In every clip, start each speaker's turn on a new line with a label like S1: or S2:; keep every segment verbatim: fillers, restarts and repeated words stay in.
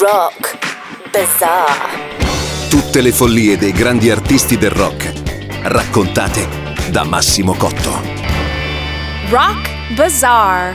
S1: Rock Bazaar.
S2: Tutte le follie dei grandi artisti del rock, raccontate da Massimo Cotto.
S1: Rock Bazaar.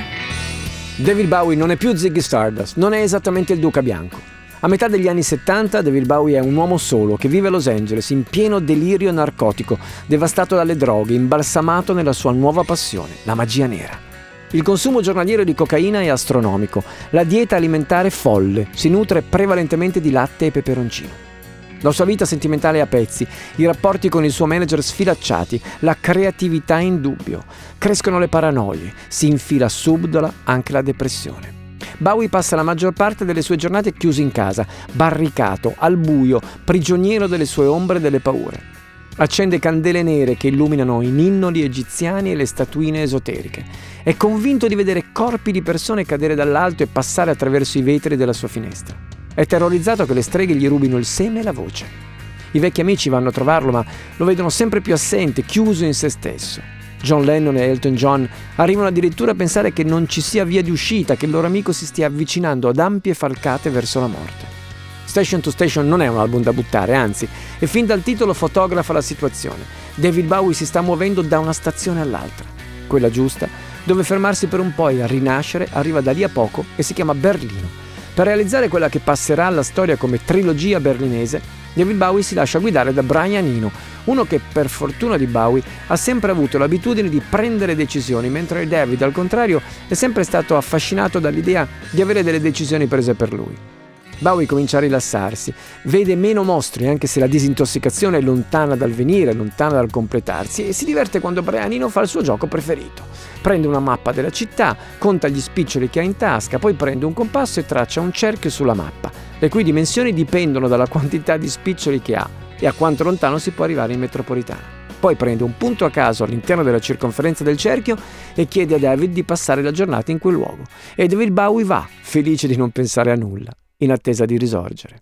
S3: David Bowie non è più Ziggy Stardust, non è esattamente il Duca Bianco. A metà degli anni settanta David Bowie è un uomo solo che vive a Los Angeles in pieno delirio narcotico, devastato dalle droghe, imbalsamato nella sua nuova passione, la magia nera. Il consumo giornaliero di cocaina è astronomico, la dieta alimentare folle, si nutre prevalentemente di latte e peperoncino. La sua vita sentimentale è a pezzi, i rapporti con il suo manager sfilacciati, la creatività in dubbio. Crescono le paranoie, si infila subdola anche la depressione. Bowie passa la maggior parte delle sue giornate chiuso in casa, barricato, al buio, prigioniero delle sue ombre e delle paure. Accende candele nere che illuminano i ninnoli egiziani e le statuine esoteriche. È convinto di vedere corpi di persone cadere dall'alto e passare attraverso i vetri della sua finestra. È terrorizzato che le streghe gli rubino il seme e la voce. I vecchi amici vanno a trovarlo, ma lo vedono sempre più assente, chiuso in se stesso. John Lennon e Elton John arrivano addirittura a pensare che non ci sia via di uscita, che il loro amico si stia avvicinando ad ampie falcate verso la morte. Station to Station non è un album da buttare, anzi, e fin dal titolo fotografa la situazione. David Bowie si sta muovendo da una stazione all'altra. Quella giusta, dove fermarsi per un po' e a rinascere, arriva da lì a poco e si chiama Berlino. Per realizzare quella che passerà alla storia come trilogia berlinese, David Bowie si lascia guidare da Brian Eno, uno che, per fortuna di Bowie, ha sempre avuto l'abitudine di prendere decisioni, mentre David, al contrario, è sempre stato affascinato dall'idea di avere delle decisioni prese per lui. Bowie comincia a rilassarsi, vede meno mostri anche se la disintossicazione è lontana dal venire, lontana dal completarsi, e si diverte quando Brian Eno fa il suo gioco preferito. Prende una mappa della città, conta gli spiccioli che ha in tasca, poi prende un compasso e traccia un cerchio sulla mappa, le cui dimensioni dipendono dalla quantità di spiccioli che ha e a quanto lontano si può arrivare in metropolitana. Poi prende un punto a caso all'interno della circonferenza del cerchio e chiede a David di passare la giornata in quel luogo. E David Bowie va, felice di non pensare a nulla, in attesa di risorgere.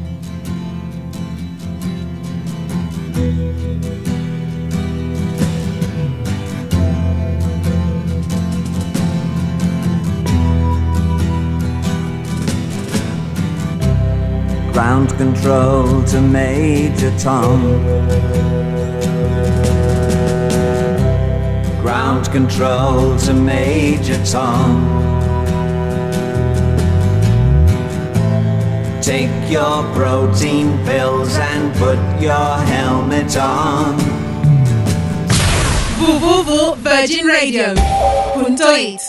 S4: Ground control to Major Tom. Ground control to Major Tom. Take your protein pills and put your helmet on.
S5: w w w punto virgin radio punto it